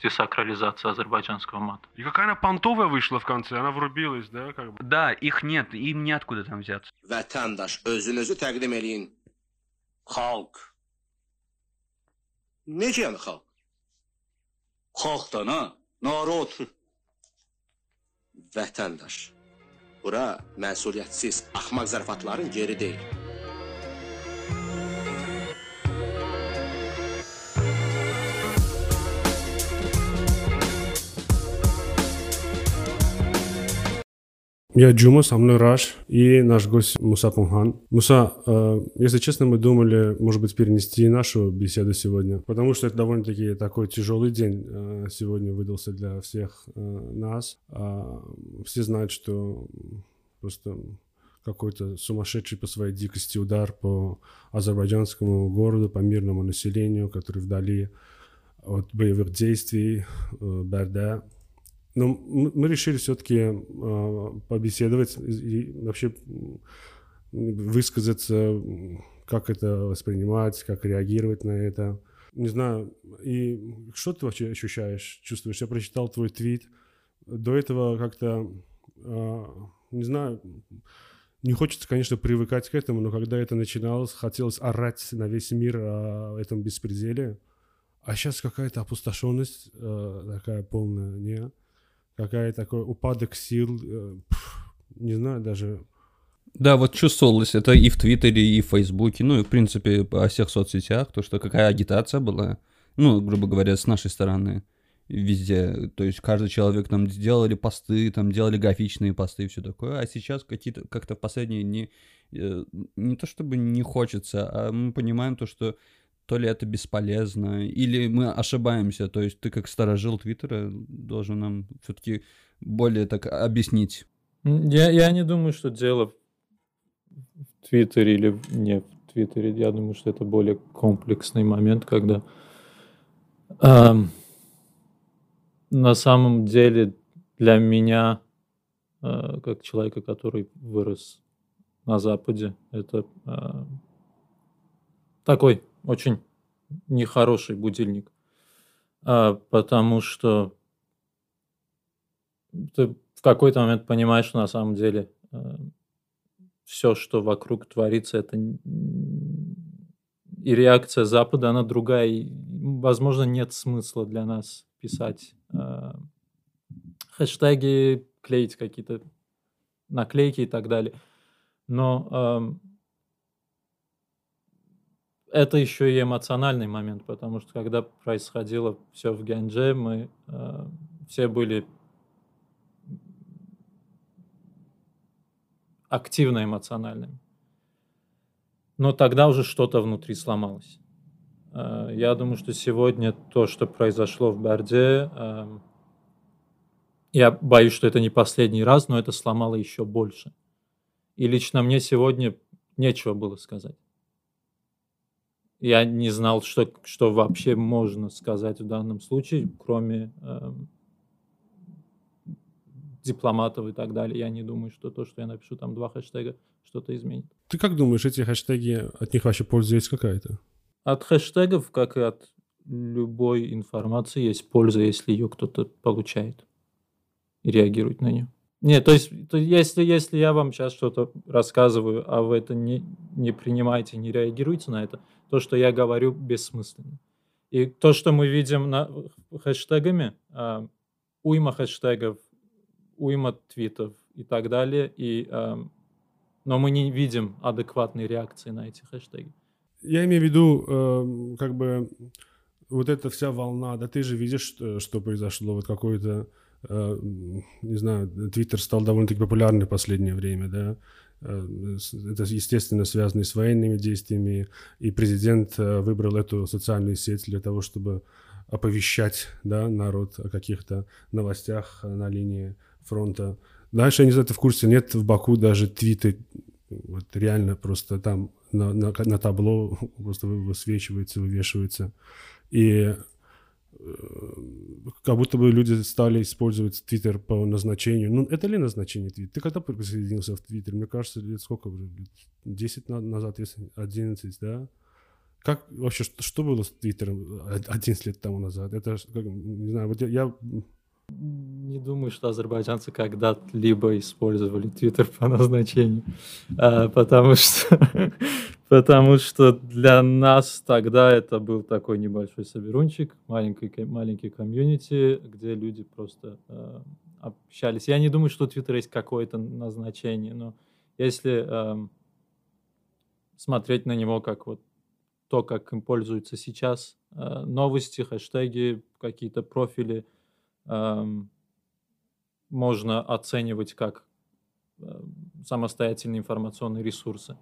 десакрализация азербайджанского мата. И какая она понтовая вышла в конце, она врубилась, да, как бы. Да, их нет, им неоткуда там взяться. Vətəndaş, özünüzü təqdim eləyin. Xalq. Necə yəni xalq? Xalqdan ha? Narod. Vətəndaş. Bura məsuliyyətsiz, axmaq zarafatların yeri deyil. Я Джума, со мной Раш и наш гость Муса Пумхан. Муса, если честно, мы думали, может быть, перенести нашу беседу сегодня, потому что это довольно-таки такой тяжелый день сегодня выдался для всех нас. Все знают, что просто какой-то сумасшедший по своей дикости удар по азербайджанскому городу, по мирному населению, который вдали от боевых действий, Берде. Но мы решили все-таки побеседовать и вообще высказаться, как это воспринимать, как реагировать на это. Не знаю, и что ты вообще ощущаешь, чувствуешь? Я прочитал твой твит. До этого как-то, не знаю, не хочется, конечно, привыкать к этому, но когда это начиналось, хотелось орать на весь мир о этом беспределе. А сейчас какая-то опустошенность такая полная, не? Какая такой упадок сил, не знаю даже. Да, вот чувствовалось это и в Твиттере, и в Фейсбуке, ну и в принципе во всех соцсетях, то, что какая агитация была, ну, грубо говоря, с нашей стороны везде. То есть каждый человек там делали посты, там делали графичные посты и все такое, а сейчас какие-то как-то в последние не то чтобы не хочется, а мы понимаем то, что то ли это бесполезно, или мы ошибаемся. То есть ты как старожил Твиттера должен нам все-таки более так объяснить. Я не думаю, что дело в Твиттере или не в Твиттере. Я думаю, что это более комплексный момент, когда на самом деле для меня, как человека, который вырос на Западе, это такой очень нехороший будильник, потому что ты в какой-то момент понимаешь, что на самом деле все, что вокруг творится, это и реакция Запада, она другая, и, возможно, нет смысла для нас писать хэштеги, клеить какие-то наклейки и так далее, но это еще и эмоциональный момент, потому что когда происходило все в Гянже, мы все были активно эмоциональными. Но тогда уже что-то внутри сломалось. Я думаю, что сегодня то, что произошло в Берде, я боюсь, что это не последний раз, но это сломало еще больше. И лично мне сегодня нечего было сказать. Я не знал, что вообще можно сказать в данном случае, кроме дипломатов и так далее. Я не думаю, что то, что я напишу там 2 хэштега, что-то изменит. Ты как думаешь, эти хэштеги, от них вообще польза есть какая-то? От хэштегов, как и от любой информации, есть польза, если ее кто-то получает и реагирует на нее. Нет, то есть если я вам сейчас что-то рассказываю, а вы это не принимаете, не реагируете на это, то, что я говорю, бессмысленно. И то, что мы видим хэштегами, уйма хэштегов, уйма твитов и так далее, но мы не видим адекватной реакции на эти хэштеги. Я имею в виду, как бы, вот эта вся волна, да ты же видишь, что произошло, вот какой-то, не знаю, Твиттер стал довольно-таки популярный в последнее время, да, это, естественно, связано с военными действиями, и президент выбрал эту социальную сеть для того, чтобы оповещать, да, народ о каких-то новостях на линии фронта. Дальше, я не знаю, ты в курсе, нет в Баку даже твиты, вот реально просто там на табло просто высвечиваются, вывешиваются. И как будто бы люди стали использовать Твиттер по назначению. Ну, это ли назначение Твиттера? Ты когда присоединился в Твиттер? Мне кажется, лет сколько уже? 10 назад, 11, да? Как вообще, что было с Твиттером 11 лет тому назад? Это, не знаю, вот я Не думаю, что азербайджанцы когда-либо использовали Твиттер по назначению, потому что для нас тогда это был такой небольшой соберунчик, маленький комьюнити, где люди просто общались. Я не думаю, что у Твиттера есть какое-то назначение, но если смотреть на него как вот то, как им пользуются сейчас, новости, хэштеги, какие-то профили, можно оценивать как самостоятельные информационные ресурсы.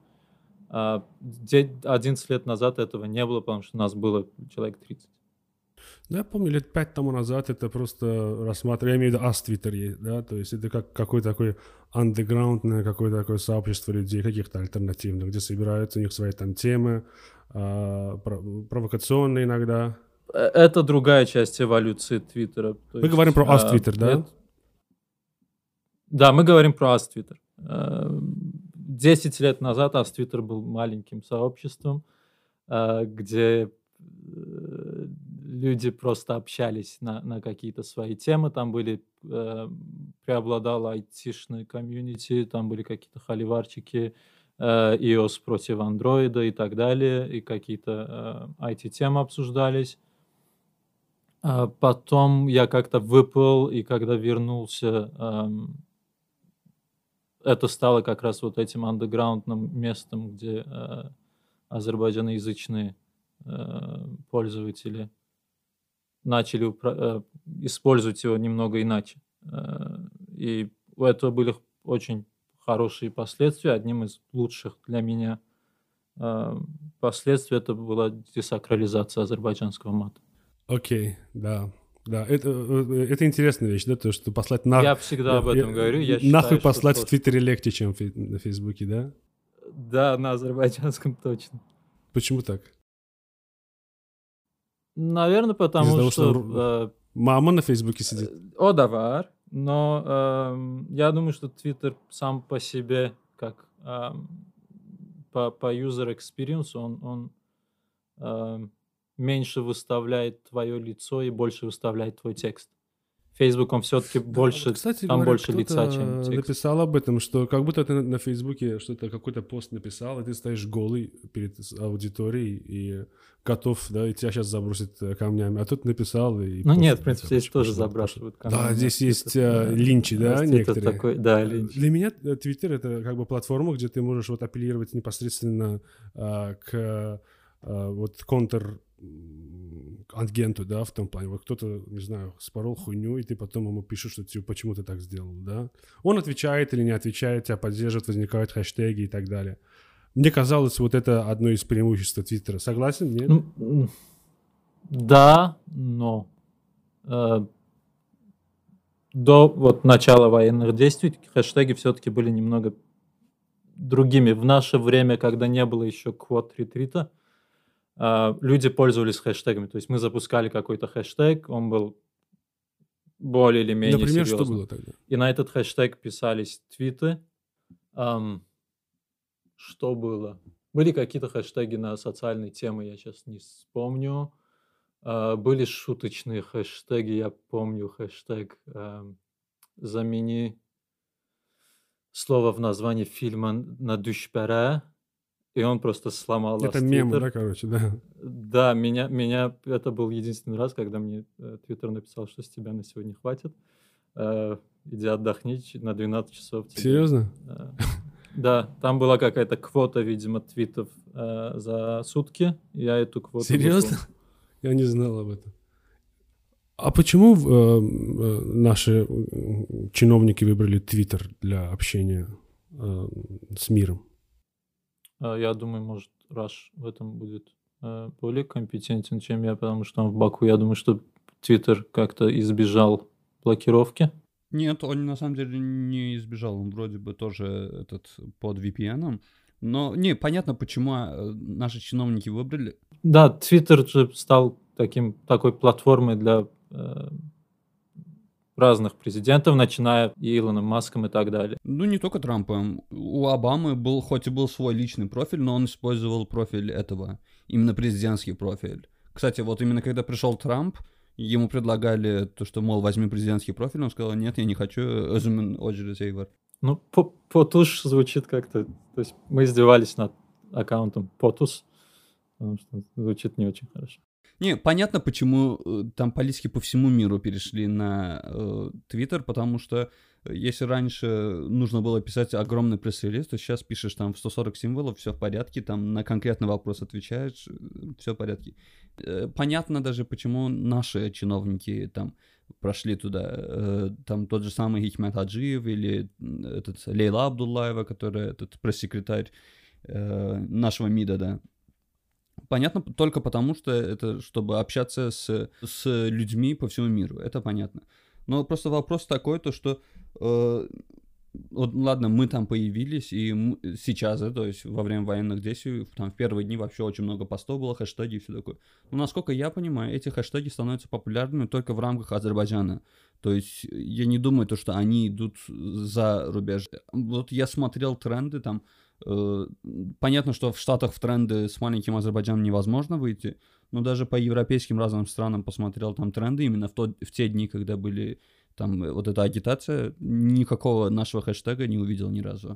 11 лет назад этого не было, потому что нас было человек 30. Да, я помню, лет 5 тому назад это просто рассматривали, я имею в виду Твиттер есть, да, то есть это как какое-то такое андеграундное, какое-то такое сообщество людей, каких-то альтернативных, где собираются, у них свои там темы, провокационные иногда. Это другая часть эволюции Твиттера. Мы говорим про Твиттер, да? Да, мы говорим про Твиттер. 10 лет назад Твиттер был маленьким сообществом, где люди просто общались на какие-то свои темы. Там преобладало айтишное комьюнити, там были какие-то холиварчики, iOS против андроида и так далее, и какие-то IT-темы обсуждались. Потом я как-то выпал, и когда вернулся, это стало как раз вот этим андеграундным местом, где азербайджаноязычные пользователи начали использовать его немного иначе. И у этого были очень хорошие последствия. Одним из лучших для меня последствий это была десакрализация азербайджанского мата. Окей, да. Да, это интересная вещь, да, то, что послать Я всегда об этом говорю. Я нахуй считаю, послать в Твиттере легче, чем на Фейсбуке, да? Да, на азербайджанском точно. Почему так? Наверное, потому что... Мама на Фейсбуке сидит. Да var. Но я думаю, что Твиттер сам по себе, как по user experience, он меньше выставляет твое лицо и больше выставляет твой текст. Facebook, он все-таки больше, кстати, там говоря, больше лица, чем текст. Написал об этом, что как будто ты на Фейсбуке что-то, какой-то пост написал, и ты стоишь голый перед аудиторией и готов, да, и тебя сейчас забросят камнями. А тут написал и... Ну нет, в принципе, здесь тоже забрасывают камнями. Да, здесь есть линчи, да, некоторые. Такой, да, линч. Для меня Твиттер — это как бы платформа, где ты можешь вот апеллировать непосредственно к вот контрагенту, да, в том плане. Вот кто-то, не знаю, спорол хуйню, и ты потом ему пишешь, что типа, почему ты так сделал, да. Он отвечает или не отвечает, тебя поддерживает, возникают хэштеги и так далее. Мне казалось, вот это одно из преимуществ Твиттера. Согласен? Нет? Да, но до вот начала военных действий хэштеги все-таки были немного другими. В наше время, когда не было еще квот ретрита, люди пользовались хэштегами. То есть мы запускали какой-то хэштег, он был более или менее Например, серьезным. что было тогда? И на этот хэштег писались твиты. Что было? Были какие-то хэштеги на социальные темы, я сейчас не вспомню. Были шуточные хэштеги, я помню хэштег «Замени слово в названии фильма на «Душбере», и он просто сломал Это мем, да, короче, да. Да, меня это был единственный раз, когда мне Твиттер написал, что с тебя на сегодня хватит. Иди отдохни на 12 часов. Серьезно? Да, там была какая-то квота, видимо, твитов за сутки. Я эту квоту... Серьезно? Я не знал об этом. А почему наши чиновники выбрали Твиттер для общения с миром? Я думаю, может, Раш в этом будет более компетентен, чем я, потому что он в Баку. Я думаю, что Твиттер как-то избежал блокировки. Нет, он на самом деле не избежал, он вроде бы тоже под VPN. Но понятно, почему наши чиновники выбрали. Да, Твиттер же стал такой платформой для разных президентов, начиная и Илоном Маском и так далее. Ну, не только Трампом. У Обамы хоть и был свой личный профиль, но он использовал профиль этого именно президентский профиль. Кстати, вот именно когда пришел Трамп, ему предлагали то, что, мол, возьми президентский профиль, он сказал, нет, я не хочу, özümün Ojri Seyvar. Ну, Потуш звучит как-то... То есть мы издевались над аккаунтом Потус, потому что звучит не очень хорошо. Не, понятно, почему там политики по всему миру перешли на Твиттер, потому что если раньше нужно было писать огромный пресс-релиз, то сейчас пишешь там в 140 символов, все в порядке, там на конкретный вопрос отвечаешь, все в порядке. Понятно даже, почему наши чиновники там прошли туда. Там тот же самый Хикмет Хаджиев или этот Лейла Абдуллаева, который этот пресс-секретарь нашего МИДа, да. Понятно только потому, что это чтобы общаться с людьми по всему миру. Это понятно. Но просто вопрос такой, то что... вот, ладно, мы там появились, и сейчас, да, то есть во время военных действий, там в первые дни вообще очень много постов было, хэштеги и все такое. Но насколько я понимаю, эти хэштеги становятся популярными только в рамках Азербайджана. То есть я не думаю, то, что они идут за рубеж. Вот я смотрел тренды там. Понятно, что в Штатах в тренды с маленьким Азербайджаном невозможно выйти, но даже по европейским разным странам посмотрел там тренды именно в те дни, когда были там вот эта агитация, никакого нашего хэштега не увидел ни разу.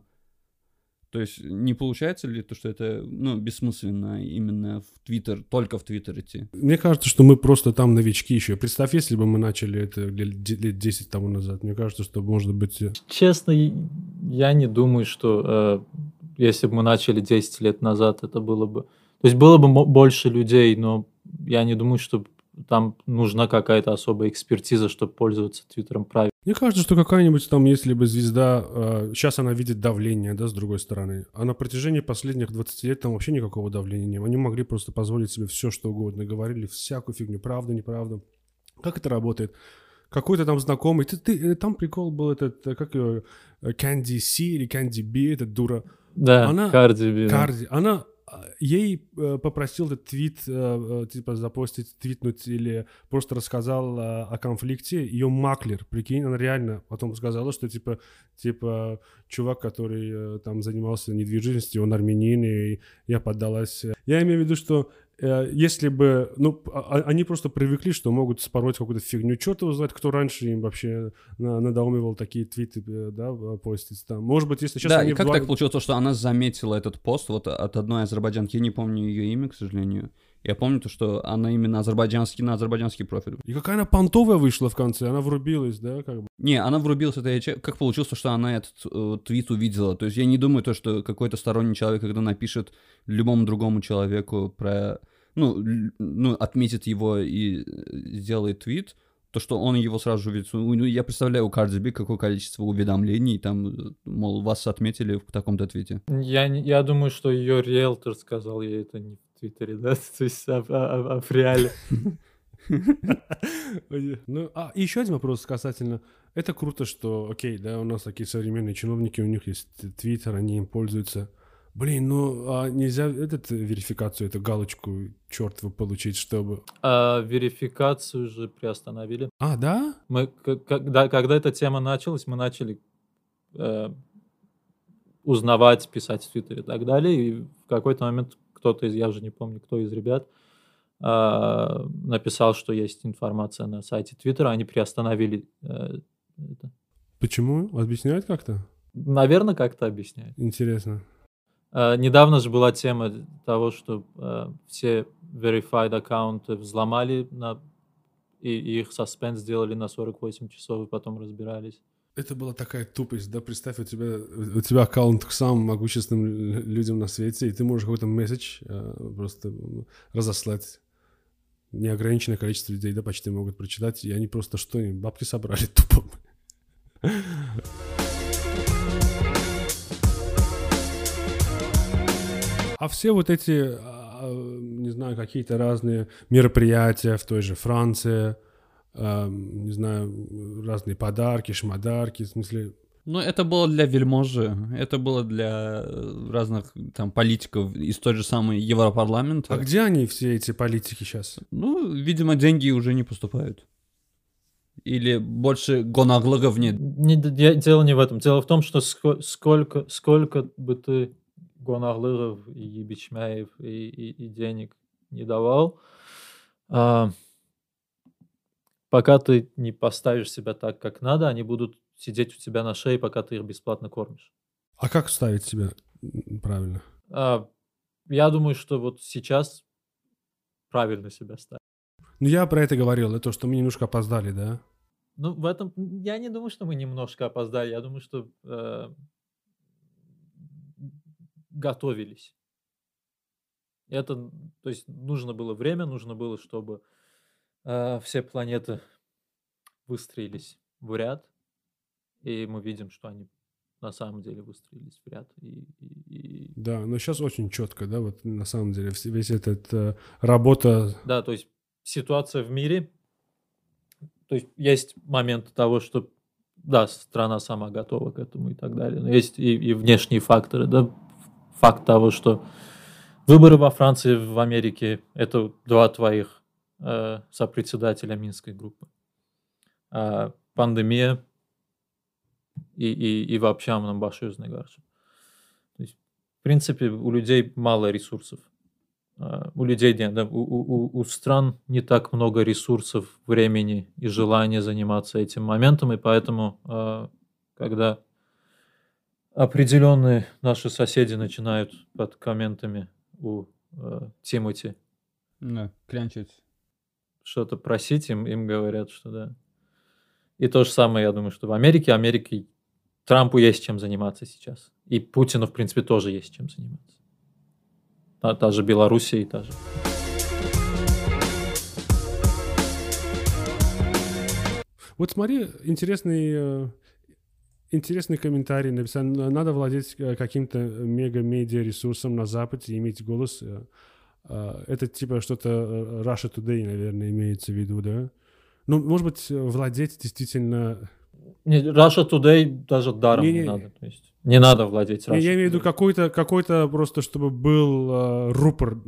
То есть не получается ли то, что это, ну, бессмысленно именно в Твиттер, только в Твиттер идти? Мне кажется, что мы просто там новички еще. Представь, если бы мы начали это лет 10 тому назад. Мне кажется, что может быть... Честно, я не думаю, что если бы мы начали 10 лет назад, это было бы... То есть было бы больше людей, но я не думаю, что там нужна какая-то особая экспертиза, чтобы пользоваться Твиттером правильно. Мне кажется, что какая-нибудь там, если бы звезда... сейчас она видит давление, да, с другой стороны. А на протяжении последних 20 лет там вообще никакого давления не было. Они могли просто позволить себе все, что угодно. Говорили всякую фигню, правда, неправда. Как это работает? Какой-то там знакомый... Там прикол был этот... Как ее? Candy C или Candy B, эта дура. Да, Карди Би. Она... Ей попросил этот твит, типа, запостить, твитнуть или просто рассказал о конфликте. Ее маклер, прикинь, она реально потом сказала, что, типа чувак, который там занимался недвижимостью, он армянин, и я поддалась. Я имею в виду, что если бы... Ну, они просто привыкли, что могут спороть какую-то фигню. Черт его знает, кто раньше им вообще надоумевал такие твиты, да, постить там. Может быть, если сейчас да, они... и как так получилось, что она заметила этот пост вот от одной азербайджанки, я не помню ее имя, к сожалению. Я помню то, что она именно на азербайджанский профиль. И какая она понтовая вышла в конце, она врубилась, да, как бы. Не, она врубилась, это как получилось, что она этот твит увидела. То есть я не думаю, то, что какой-то сторонний человек, когда напишет любому другому человеку про... Ну, отметит его и сделает твит, то, что он его сразу же увидит. Ну, я представляю у Cardi B какое количество уведомлений, там, мол, вас отметили в таком-то твите. Я думаю, что ее риэлтор сказал ей это не в Твиттере, да? То есть в реале. Ну, и еще один вопрос касательно. Это круто, что, окей, да, у нас такие современные чиновники, у них есть Твиттер, они им пользуются. Блин, ну а нельзя верификацию, эту галочку чертову получить, чтобы... Верификацию же приостановили. А, да? Мы, когда эта тема началась, мы начали узнавать, писать в Твиттере и так далее, и в какой-то момент кто-то из, я уже не помню, кто из ребят, написал, что есть информация на сайте Твиттера, они приостановили это. Почему? Объясняют как-то? Наверное, как-то объясняют. Интересно. Недавно же была тема того, что все verified аккаунты взломали и их суспенд сделали на 48 часов, и потом разбирались. Это была такая тупость, да? Представь, у тебя аккаунт к самым могущественным людям на свете, и ты можешь какой-то месседж просто разослать. Неограниченное количество людей, да, почти могут прочитать, и они просто что, бабки собрали тупо. А все вот эти, не знаю, какие-то разные мероприятия в той же Франции, не знаю, разные подарки, шмадарки, в смысле... Ну, это было для вельможи, это было для разных там политиков из той же самой Европарламента. А где они, все эти политики сейчас? Ну, видимо, деньги уже не поступают. Или больше гонаглыгов нет. Дело не в этом. Дело в том, что сколько бы ты Гонаглыров, и Бичмяев, и денег не давал. Пока ты не поставишь себя так, как надо, они будут сидеть у тебя на шее, пока ты их бесплатно кормишь. А как ставить себя правильно? Я думаю, что вот сейчас правильно себя ставить. Ну, я про это говорил, это то, что мы немножко опоздали, да? Ну, в этом я не думаю, что мы немножко опоздали. Я думаю, что готовились. Это, то есть, нужно было время, нужно было, чтобы все планеты выстроились в ряд, и мы видим, что они на самом деле выстроились в ряд. Да, но сейчас очень четко, да, вот на самом деле весь этот работа. Да, то есть ситуация в мире, то есть момент того, что да, страна сама готова к этому и так далее, но есть и внешние факторы, да, факт того, что выборы во Франции, в Америке – это два твоих сопредседателя Минской группы. Пандемия и вообще нам большой гарши. То есть, в принципе, у людей мало ресурсов. У людей нет, да, у стран не так много ресурсов, времени и желания заниматься этим моментом, и поэтому, когда определенные наши соседи начинают под комментами у Тимоти клянчить. Что-то просить, им говорят, что да. И то же самое, я думаю, что в Америке Трампу есть чем заниматься сейчас. И Путину, в принципе, тоже есть чем заниматься. Та же Белоруссия и та же. Вот смотри, интересный комментарий написал. Надо владеть каким-то мега-медиа ресурсом на Западе и иметь голос. Это типа что-то Russia Today, наверное, имеется в виду, да? Ну, может быть, владеть действительно... Не, Russia Today даже даром не надо. То есть не надо владеть Russia Я имею в виду Today. какой-то просто, чтобы был рупор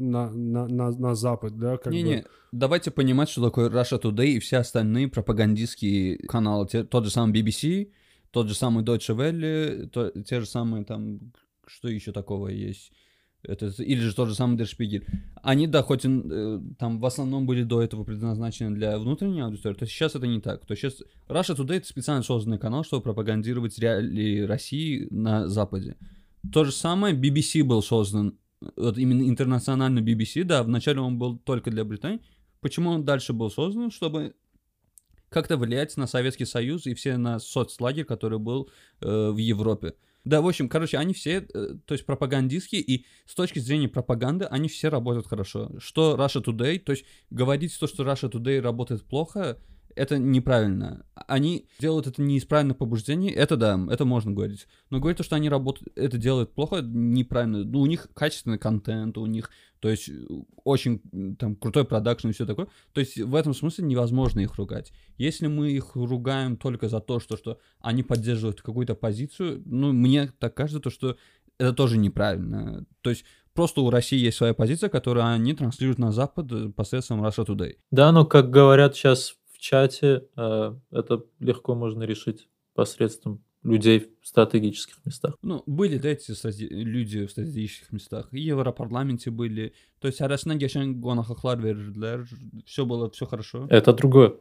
на Запад, да? Давайте понимать, что такое Russia Today и все остальные пропагандистские каналы. Тот же самый BBC, тот же самый Deutsche Welle, те же самые там... Что еще такого есть? Или же тот же самый Der Spiegel. Они, да, хоть там в основном были до этого предназначены для внутренней аудитории, то сейчас это не так. То сейчас Russia Today — это специально созданный канал, чтобы пропагандировать реалии России на Западе. То же самое BBC был создан, вот именно интернациональный BBC, да, вначале он был только для Британии. Почему он дальше был создан? Чтобы как-то влиять на Советский Союз и все на соцлагерь, который был в Европе. Да, в общем, короче, они все, то есть пропагандистские, и с точки зрения пропаганды они все работают хорошо. Что Russia Today, то есть говорить то, что Russia Today работает плохо, это неправильно. Они делают это не из правильных побуждений, это да, это можно говорить. Но говорить то, что они это делают плохо, неправильно. Ну, у них качественный контент, у них, то есть, очень там крутой продакшн и все такое. То есть, в этом смысле невозможно их ругать. Если мы их ругаем только за то, что они поддерживают какую-то позицию, ну, мне так кажется, что это тоже неправильно. То есть, просто у России есть своя позиция, которую они транслируют на Запад посредством Russia Today. Да, но, как говорят сейчас в чате, это легко можно решить посредством людей в стратегических местах. Ну, были, да, эти люди в стратегических местах. И в Европарламенте были. То есть, арасынан geçen гонахлар verirdiler. Все хорошо. Это другое.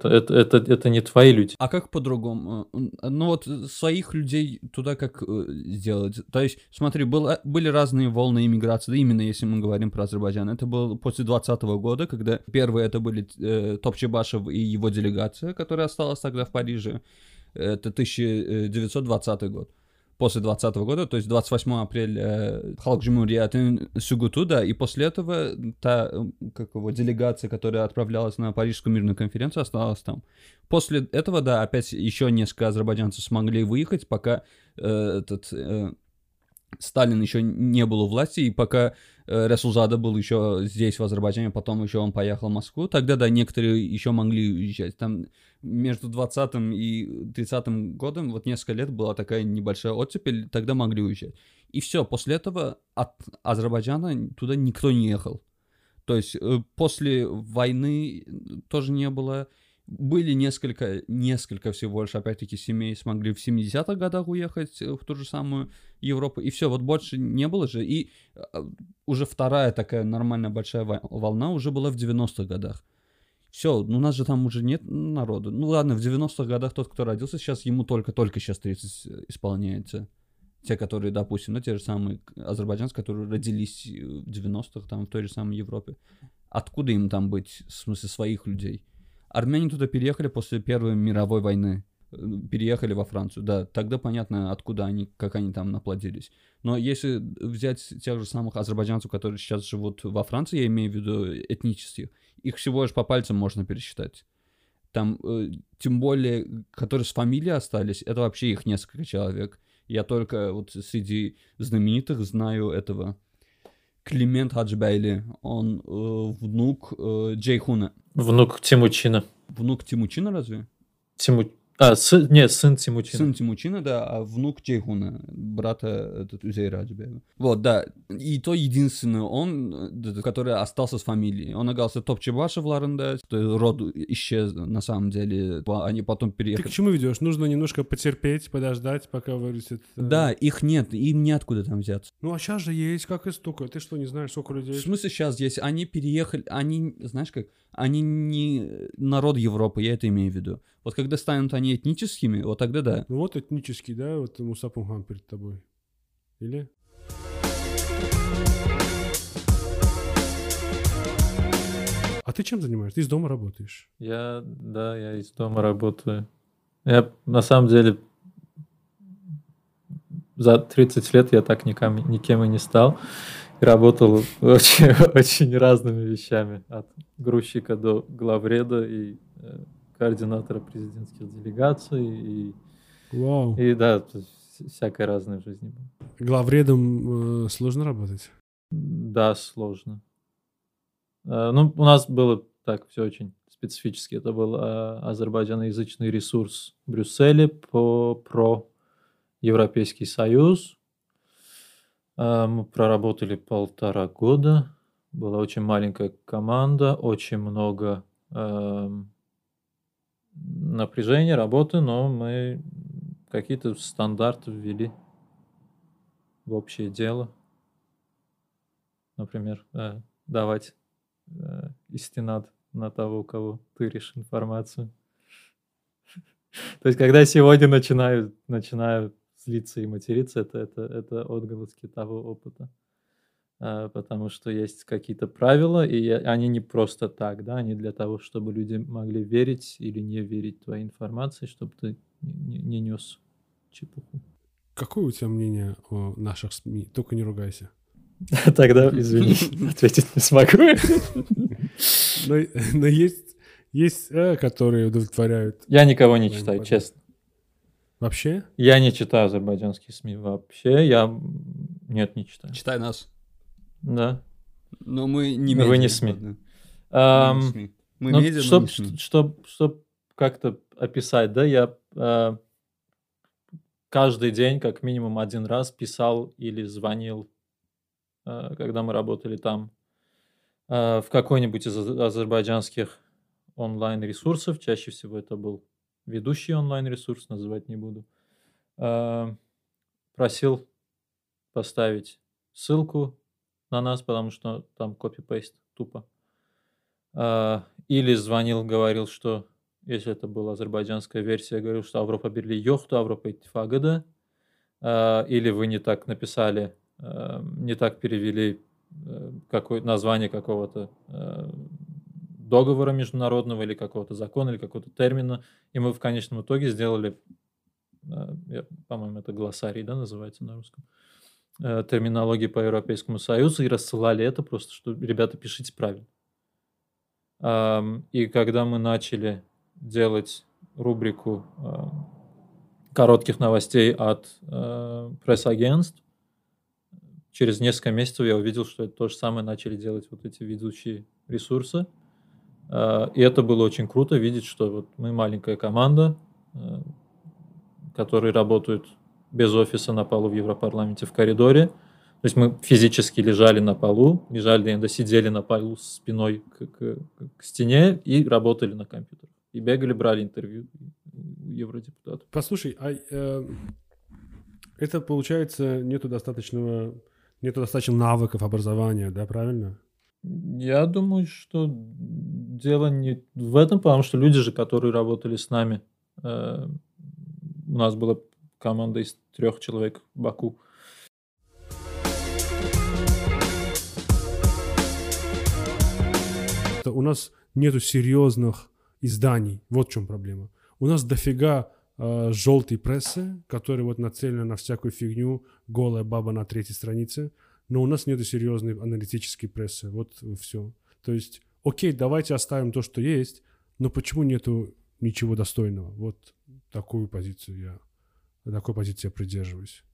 Это не твои люди. А как по-другому? Ну вот своих людей туда как сделать? То есть, смотри, были разные волны иммиграции, да, именно если мы говорим про Азербайджан. Это было после 2020 года, когда первые это были Топчебашев и его делегация, которая осталась тогда в Париже. Это 1920 год. После 2020 года, то есть 28 апреля Халк Джумурияты Сугутуда, и после этого та делегация, которая отправлялась на Парижскую мирную конференцию, осталась там. После этого, да, опять еще несколько азербайджанцев смогли выехать, пока Сталин еще не был у власти, и пока Расулзада был еще здесь, в Азербайджане, потом еще он поехал в Москву, тогда, да, некоторые еще могли уезжать. Там между 20-м и 30-м годом, вот несколько лет была такая небольшая оттепель, тогда могли уезжать. И все, после этого от Азербайджана туда никто не ехал. То есть после войны тоже не было. были несколько всего лишь, опять-таки, семей смогли в 70-х годах уехать в ту же самую Европу, и все, вот больше не было же, и уже вторая такая нормальная большая волна уже была в 90-х годах. Все, ну у нас же там уже нет народа. Ну ладно, в 90-х годах тот, кто родился сейчас, ему только сейчас 30 исполняется. Те, которые, допустим, ну те же самые азербайджанцы, которые родились в 90-х, там, в той же самой Европе. Откуда им там быть, в смысле, своих людей? Армяне туда переехали после Первой мировой войны. Переехали во Францию, да. Тогда понятно, откуда они, как они там наплодились. Но если взять тех же самых азербайджанцев, которые сейчас живут во Франции, я имею в виду этнических, их всего лишь по пальцам можно пересчитать. Там, тем более, которые с фамилией остались, это вообще их несколько человек. Я только вот среди знаменитых знаю этого Климент Хаджибейли. Он внук Джейхуна. Внук Тимучина. Внук Тимучина разве? Нет, сын Тимучина. Сын Тимучина, да, а внук Джейхуна, брата Үзейра Хаджибеева. Вот, да. И то единственный он, который остался с фамилией. Он оказался Топчебашевларында, род исчез на самом деле. Они потом Ты переехали. к чему ведешь? Нужно немножко потерпеть, подождать, пока вырастет. Да, их нет, им неоткуда там взяться. Ну а сейчас же есть, как и столько. Ты что, не знаешь, сколько людей? В смысле сейчас здесь? Они переехали, они, знаешь как, они не народ Европы, я это имею в виду. Вот когда станут они этническими, вот тогда да. Ну вот этнический, да, вот Муса Пумхан перед тобой. Или? А ты чем занимаешься? Ты из дома работаешь? Я из дома работаю. Я, на самом деле, за 30 лет я так никем и не стал. Работал очень, очень разными вещами. От грузчика до главреда и координатора президентских делегаций. Вау. И да, то есть всякое разное в жизни было. Главредом сложно работать? Да, сложно. Ну, у нас было так все очень специфически. Это был азербайджаноязычный ресурс в Брюсселе про Европейский Союз. Мы проработали 1,5 года. Была очень маленькая команда, очень много напряжения, работы, но мы какие-то стандарты ввели в общее дело. Например, давать истинад на того, у кого тыришь информацию. То есть, когда сегодня начинаю злиться и материться, это отголоски того опыта. Потому что есть какие-то правила, и они не просто так, да, они для того, чтобы люди могли верить или не верить твоей информации, чтобы ты не нес чепуху. Какое у тебя мнение о наших СМИ? Только не ругайся. Тогда, извини, ответить не смогу. Но есть, которые удовлетворяют. Я никого не читаю, честно. Вообще? Я не читаю азербайджанские СМИ вообще. Нет, не читаю. Читай нас. Да. Но мы не Вы медиа. не СМИ. ладно. Мы не СМИ. Мы Ну, медиа, но не СМИ. чтоб как-то описать, да, я каждый день как минимум один раз писал или звонил, когда мы работали там, в какой-нибудь из азербайджанских онлайн-ресурсов. Чаще всего это был ведущий онлайн-ресурс, называть не буду. Просил поставить ссылку на нас, потому что там копи-пейст тупо. Или звонил, говорил, что, если это была азербайджанская версия, говорил, что Авропа Birliği yoktu, Avrupa İttifakı da. Или вы не так написали, не так перевели название какого-то договора международного или какого-то закона, или какого-то термина. И мы в конечном итоге сделали, по-моему, это глоссарий, да, называется на русском, терминологии по Европейскому Союзу, и рассылали это просто, что, ребята, пишите правильно. И когда мы начали делать рубрику коротких новостей от пресс-агентств, через несколько месяцев я увидел, что это то же самое начали делать вот эти ведущие ресурсы. И это было очень круто видеть, что вот мы маленькая команда, которые работают без офиса на полу в Европарламенте в коридоре. То есть мы физически лежали на полу, сидели на полу спиной к стене и работали на компьютерах. И бегали, брали интервью у евродепутатов. Послушай, это получается нету достаточно навыков образования, да, правильно? Я думаю, что дело не в этом, потому что люди же, которые работали с нами, у нас была команда из 3 человек в Баку. У нас нету серьезных изданий. Вот в чем проблема. У нас дофига желтой прессы, которая вот нацелена на всякую фигню, голая баба на 3-й странице, но у нас нету серьезной аналитической прессы. Вот все. То есть, окей, давайте оставим то, что есть, но почему нету ничего достойного? Вот такой позиции я придерживаюсь.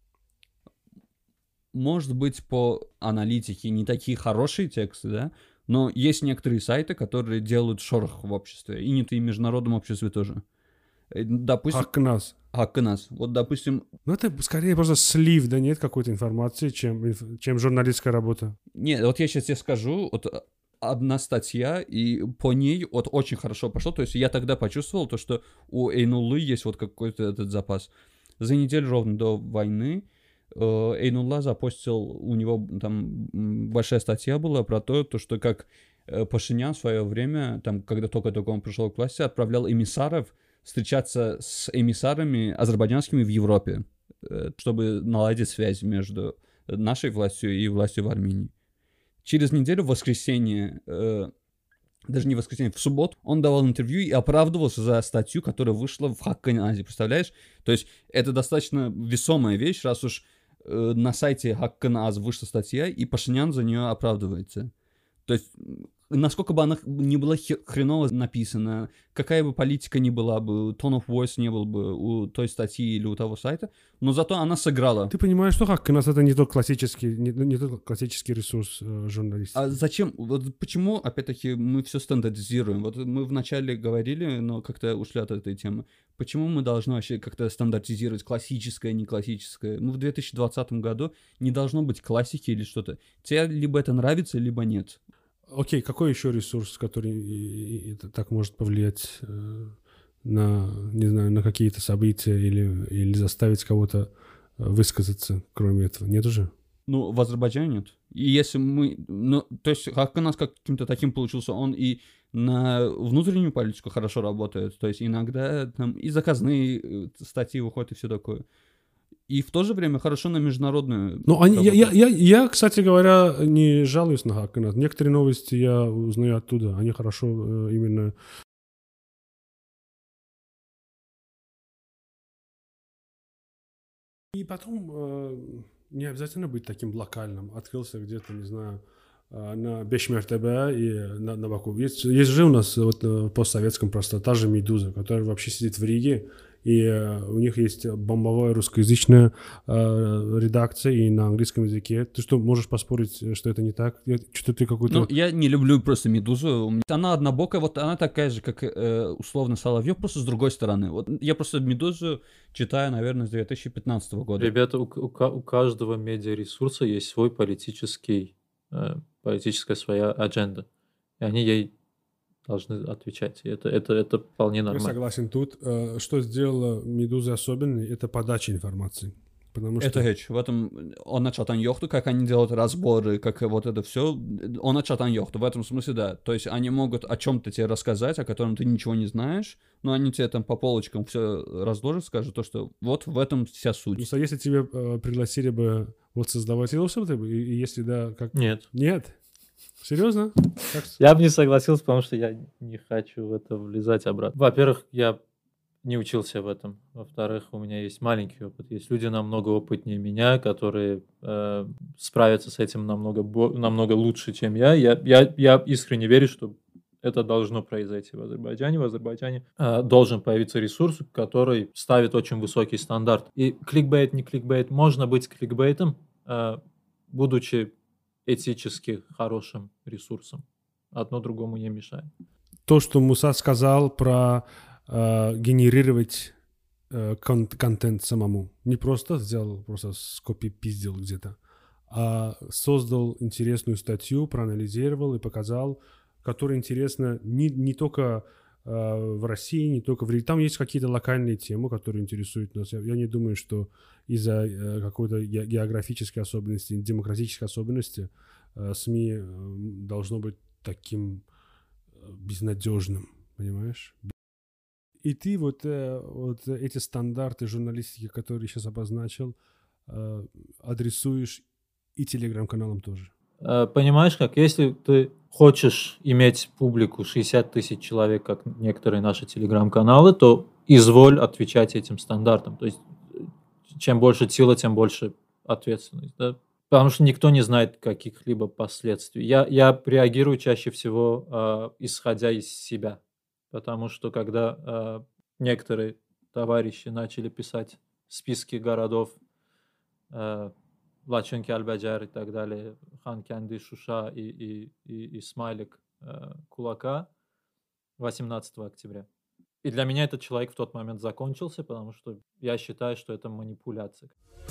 Может быть, по аналитике не такие хорошие тексты, да? Но есть некоторые сайты, которые делают шорох в обществе, и не и в международном обществе тоже. Допустим... Хакканас. Вот, допустим... Ну, это скорее просто слив, да нет какой-то информации, чем журналистская работа. Нет, вот я сейчас тебе скажу, вот одна статья, и по ней вот очень хорошо пошло, то есть я тогда почувствовал то, что у Эйнуллы есть вот какой-то этот запас. За неделю ровно до войны Эйнулла запостил, у него там большая статья была про то, что как Пашинян в свое время, там, когда только-только он пришел к власти, отправлял эмиссаров встречаться с эмиссарами азербайджанскими в Европе, чтобы наладить связь между нашей властью и властью в Армении. Через неделю, в воскресенье, даже не в воскресенье, в субботу, он давал интервью и оправдывался за статью, которая вышла в Хакканазе, представляешь? То есть это достаточно весомая вещь, раз уж на сайте Хакканаз вышла статья, и Пашинян за нее оправдывается. То есть насколько бы она не была хреново написана, какая бы политика ни была бы, tone of voice не был бы у той статьи или у того сайта, но зато она сыграла. Ты понимаешь, что Хакканаз это не тот классический ресурс журналистики. А зачем? Вот почему, опять-таки, мы все стандартизируем? Вот мы вначале говорили, но как-то ушли от этой темы. Почему мы должны вообще как-то стандартизировать классическое, не классическое? Ну, в 2020 году не должно быть классики или что-то. Тебе либо это нравится, либо нет. Окей, какой еще ресурс, который так может повлиять на какие-то события или заставить кого-то высказаться, кроме этого? Нет уже? Ну, в Азербайджане нет. И если мы... Ну, то есть Хакканаз каким-то таким получился, он и на внутреннюю политику хорошо работает. То есть иногда там и заказные статьи выходят, и все такое. И в то же время хорошо на международную... Ну, я, кстати говоря, не жалуюсь на Хакканаз. Некоторые новости я узнаю оттуда. Они хорошо именно... И потом не обязательно быть таким локальным. Открылся где-то, не знаю, на Бешмертебе и на Баку. Есть же у нас вот в постсоветском просто та же «Медуза», которая вообще сидит в Риге, и у них есть бомбовая русскоязычная редакция и на английском языке. Ты что, можешь поспорить, что это не так? Что-то ты какой-то... Ну, я не люблю просто «Медузу». Она однобокая, вот она такая же, как условно Соловьев, просто с другой стороны. Вот я просто «Медузу» читаю, наверное, с 2015 года. Ребята, у каждого медиаресурса есть свой политическая своя адженда. И они ей должны отвечать. И это вполне нормально. Я согласен тут. Что сделала «Медуза» особенной, это подача информации. Потому что... Это речь. В этом он чатан йохту, как они делают разборы, как вот это все. Он чатан йохту. В этом смысле, да. То есть они могут о чем-то тебе рассказать, о котором ты ничего не знаешь, но они тебе там по полочкам все разложат, скажут то, что вот в этом вся суть. Ну, если тебе пригласили бы вот создавать видосы, и если да, как... Нет. Нет? Серьезно? Я бы не согласился, потому что я не хочу в это влезать обратно. Во-первых, я не учился в этом. Во-вторых, у меня есть маленький опыт. Есть люди намного опытнее меня, которые справятся с этим намного лучше, чем я. Я искренне верю, что это должно произойти в Азербайджане. В Азербайджане должен появиться ресурс, который ставит очень высокий стандарт. И кликбейт, не кликбейт. Можно быть кликбейтом, будучи этически хорошим ресурсом. Одно другому не мешает. То, что Муса сказал про генерировать контент самому. Не просто сделал, просто скопипиздил где-то, а создал интересную статью, проанализировал и показал, которая интересна не только в России, не только там есть какие-то локальные темы, которые интересуют нас. Я не думаю, что из-за какой-то географической особенности, демократической особенности СМИ должно быть таким безнадежным, понимаешь? И ты вот эти стандарты журналистики, которые сейчас обозначил, адресуешь и телеграм-каналам тоже. Понимаешь как, если ты хочешь иметь публику 60 тысяч человек, как некоторые наши телеграм-каналы, то изволь отвечать этим стандартам. То есть чем больше сила, тем больше ответственность. Да? Потому что никто не знает каких-либо последствий. Я реагирую чаще всего исходя из себя. Потому что когда некоторые товарищи начали писать списки городов, Лачинки, Альбаджар и так далее, Хан-Кянди, Шуша и смайлик кулака 18 октября. И для меня этот человек в тот момент закончился, потому что я считаю, что это манипуляция.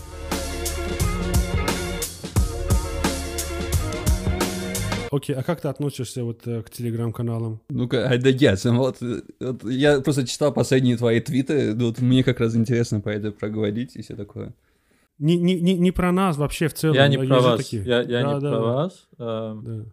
Окей, а как ты относишься вот к телеграм-каналам? Ну-ка, вот я просто читал последние твои твиты, вот мне как раз интересно по это проговорить и все такое. Не про нас вообще в целом. Я не про вас. Такие. Я не про вас. Да.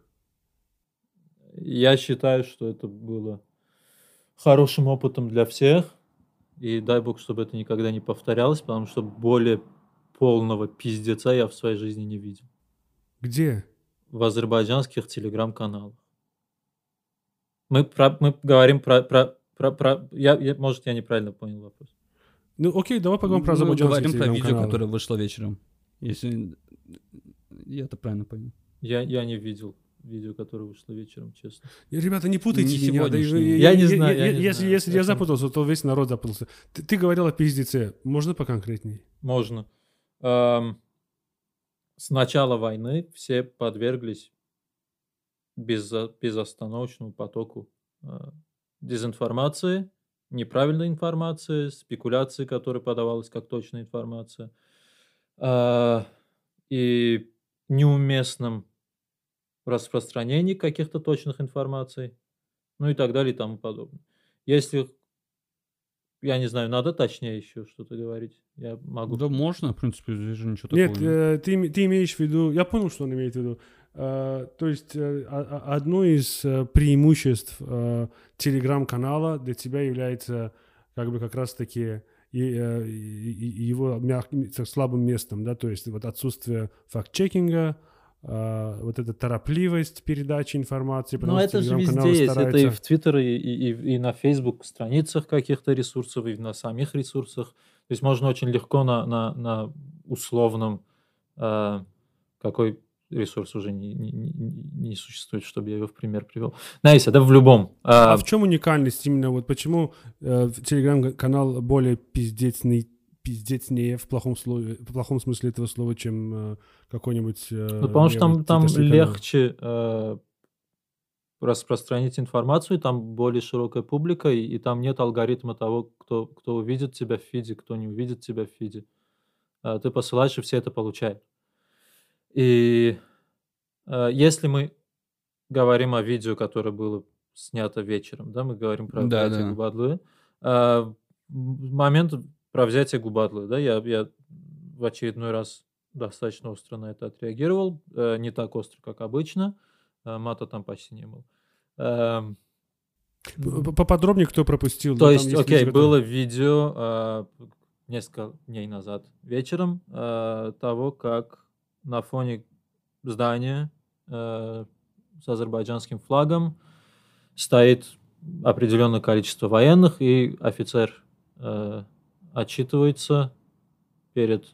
Я считаю, что это было хорошим опытом для всех. И дай бог, чтобы это никогда не повторялось, потому что более полного пиздеца я в своей жизни не видел. Где? В азербайджанских телеграм-каналах. Мы говорим про... Может, я неправильно понял вопрос. Ну, окей, давай поговорим про Мы азербайджанские говорим про видео, телеграм-каналы. которое вышло вечером. Если я это правильно понял. Я не видел видео, которое вышло вечером, честно. Ребята, не путайте Не меня. сегодняшнее. Я не знаю. Если я запутался, то весь народ запутался. Ты говорил о пиздеце. Можно поконкретней? Можно. С начала войны все подверглись безостановочному потоку дезинформации, неправильной информации, спекуляции, которая подавалась как точная информация, и неуместном распространении каких-то точных информаций, ну и так далее и тому подобное. Если, я не знаю, надо точнее еще что-то говорить, я могу... Да можно, в принципе, здесь же ничего Нет, такого. ты имеешь в виду... Я понял, что он имеет в виду. То есть одно из преимуществ телеграм-канала для тебя является как раз-таки его слабым местом, да, то есть вот отсутствие факт-чекинга, вот эта торопливость передачи информации. Ну, это же везде есть. Это и в Твиттер, и на Facebook страницах каких-то ресурсов, и на самих ресурсах. То есть можно очень легко на условном... какой ресурс уже не существует, чтобы я его в пример привел. Найся, да, в любом. А в чем уникальность именно? Вот почему телеграм-канал более пиздецнее в плохом смысле этого слова, чем какой-нибудь... Ну, потому что там легче распространить информацию, там более широкая публика, и там нет алгоритма того, кто увидит тебя в фиде, кто не увидит тебя в фиде. Ты посылаешь, и все это получают. И если мы говорим о видео, которое было снято вечером, да, мы говорим про взятие Губадлы, момент про взятие Губадлы, да, я в очередной раз достаточно остро на это отреагировал, не так остро, как обычно, мата там почти не было. Поподробнее, кто пропустил. То есть, окей, было видео несколько дней назад вечером того, как на фоне здания с азербайджанским флагом стоит определенное количество военных, и офицер отчитывается перед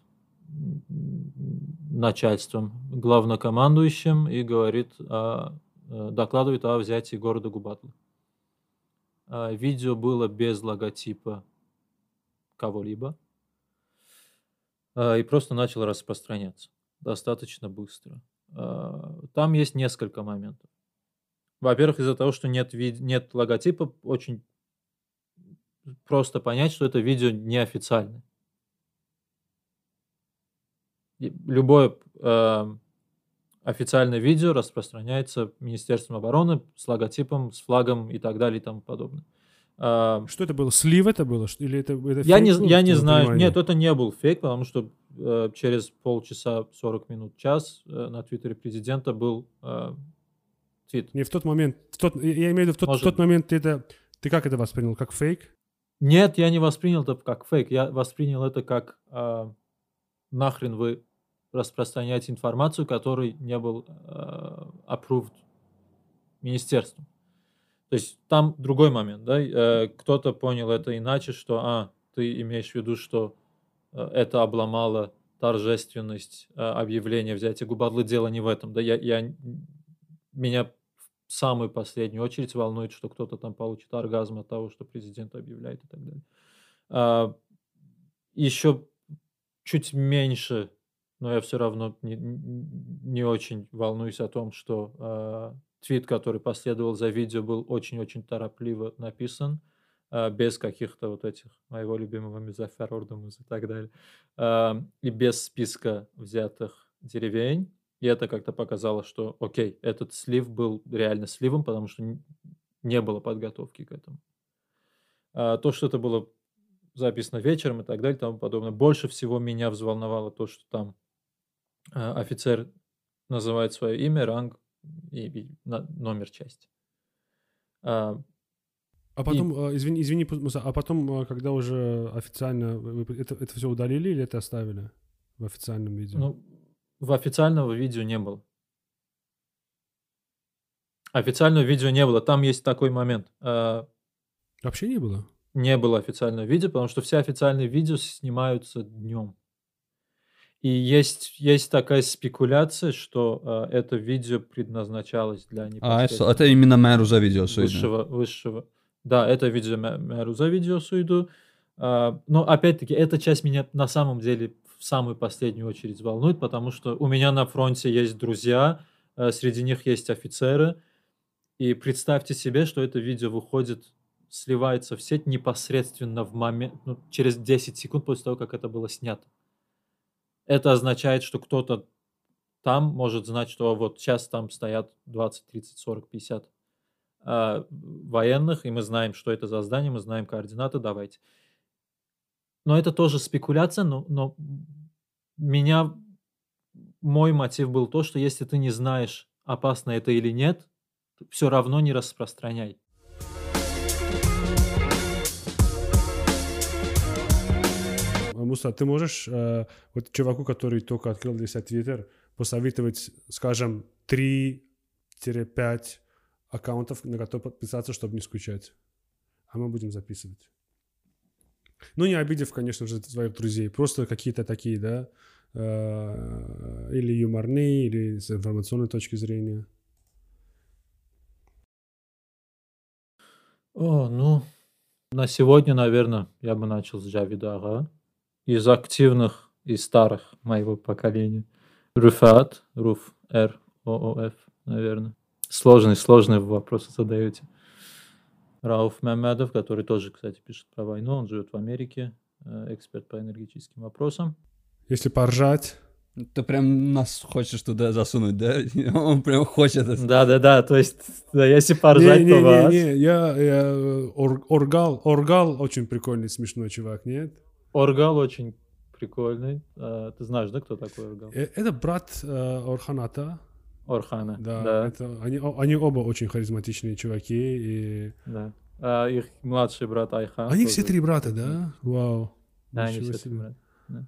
начальством, главнокомандующим, и докладывает о взятии города Губадлы. Видео было без логотипа кого-либо и просто начало распространяться достаточно быстро. Там есть несколько моментов. Во-первых, из-за того, что нет логотипа, очень просто понять, что это видео неофициальное. Любое официальное видео распространяется Министерством обороны с логотипом, с флагом и так далее и тому подобное. Что это было? Слив это было? Или это Я фейк не, был, я в не твоем знаю. понимании? Нет, это не был фейк, потому что через полчаса, 40 минут, час на твиттере президента был твит. Не в тот момент. Я имею в виду, в Может. тот момент ты как это воспринял? Как фейк? Нет, я не воспринял это как фейк. Я воспринял это как нахрен вы распространяете информацию, который не был approved министерством. То есть там другой момент, да? Кто-то понял это иначе, что ты имеешь в виду, что это обломало торжественность объявления взятия Губадлы. Дело не в этом, да? Меня в самую последнюю очередь волнует, что кто-то там получит оргазм от того, что президент объявляет и так далее. Еще чуть меньше, но я все равно не очень волнуюсь о том, что твит, который последовал за видео, был очень-очень торопливо написан, без каких-то вот этих моего любимого Мюзафер Ордумус и так далее, и без списка взятых деревень. И это как-то показало, что, окей, этот слив был реально сливом, потому что не было подготовки к этому. То, что это было записано вечером и так далее, и тому подобное. Больше всего меня взволновало то, что там офицер называет свое имя, ранг и номер части. А потом, извини, Муса, а потом, когда уже официально это все удалили или это оставили в официальном видео? Ну, в официального видео не было. Официального видео не было. Там есть такой момент. Вообще не было? Не было официального видео, потому что все официальные видео снимаются днем. И есть такая спекуляция, что это видео предназначалось для непосредственно Это именно мэру за видеосуйду. высшего. Да, это видео мэру за видеосуйду. Но опять-таки, эта часть меня на самом деле в самую последнюю очередь волнует, потому что у меня на фронте есть друзья, среди них есть офицеры. И представьте себе, что это видео выходит, сливается в сеть непосредственно в момент, через 10 секунд после того, как это было снято. Это означает, что кто-то там может знать, что вот сейчас там стоят 20, 30, 40, 50 военных, и мы знаем, что это за здание, мы знаем координаты, давайте. Но это тоже спекуляция, но мой мотив был то, что если ты не знаешь, опасно это или нет, все равно не распространяй. Муса, ты можешь вот чуваку, который только открыл для себя Твиттер, посоветовать, скажем, 3-5 аккаунтов, на которые подписаться, чтобы не скучать? А мы будем записывать. Ну, не обидев, конечно же, своих друзей. Просто какие-то такие, да, или юморные, или с информационной точки зрения. На сегодня, наверное, я бы начал с Джавида Ага. Из активных и старых моего поколения. Руфат, Руф, Р-О-О-Ф, наверное. Сложные вопросы задаете. Рауф Мамедов, который тоже, кстати, пишет про войну. Он живет в Америке, эксперт по энергетическим вопросам. Если поржать... Ты прям нас хочешь туда засунуть, да? Он прям хочет это. Да, то есть, если поржать, то вас. Оргал очень прикольный, смешной чувак, нет? Оргал очень прикольный. Ты знаешь, да, кто такой Оргал? Это брат Орханата. Орхана, Да. Они оба очень харизматичные чуваки. И... Да. Их младший брат Айхан. Они все три брата, да? Вау. Да, они все три брата.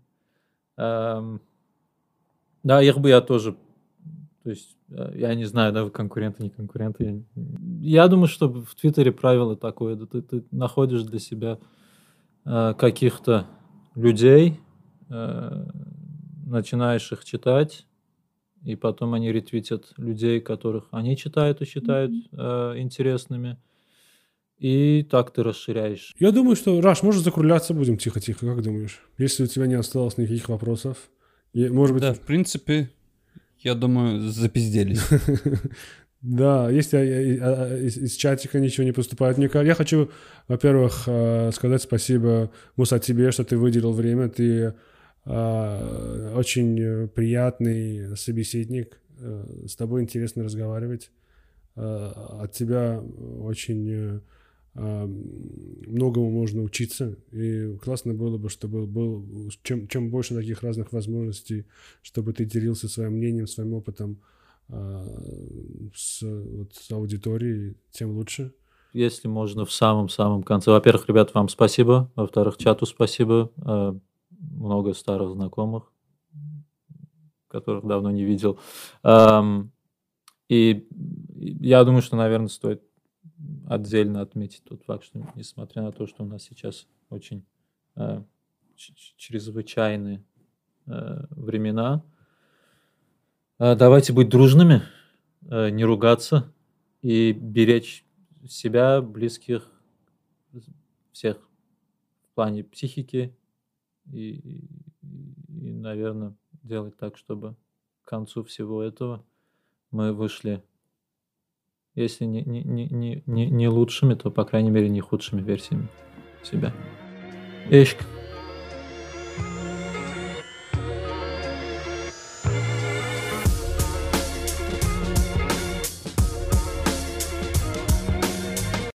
Да, их бы я тоже... То есть, я не знаю, да, вы конкуренты, не конкуренты. Я думаю, что в Твиттере правило такое. Да, ты находишь для себя каких-то людей, начинаешь их читать, и потом они ретвитят людей, которых они читают и считают интересными. И так ты расширяешь. Я думаю, что, Раш, может, закругляться будем тихо-тихо, как думаешь? Если у тебя не осталось никаких вопросов. Может быть... Да, в принципе, я думаю, запизделись. Да, если из чатика ничего не поступает. Я хочу, во-первых, сказать спасибо, Муса, тебе, что ты выделил время. Ты очень приятный собеседник. С тобой интересно разговаривать. От тебя очень многому можно учиться, и классно было бы, чтобы чем больше таких разных возможностей, чтобы ты делился своим мнением, своим опытом с аудиторией, тем лучше. Если можно, в самом-самом конце. Во-первых, ребят, вам спасибо. Во-вторых, чату спасибо. Много старых знакомых, которых давно не видел. И я думаю, что, наверное, стоит отдельно отметить тот факт, что несмотря на то, что у нас сейчас очень чрезвычайные времена, давайте быть дружными, не ругаться и беречь себя, близких, всех в плане психики и, наверное, делать так, чтобы к концу всего этого мы вышли, если не лучшими, то, по крайней мере, не худшими версиями себя. Эшк.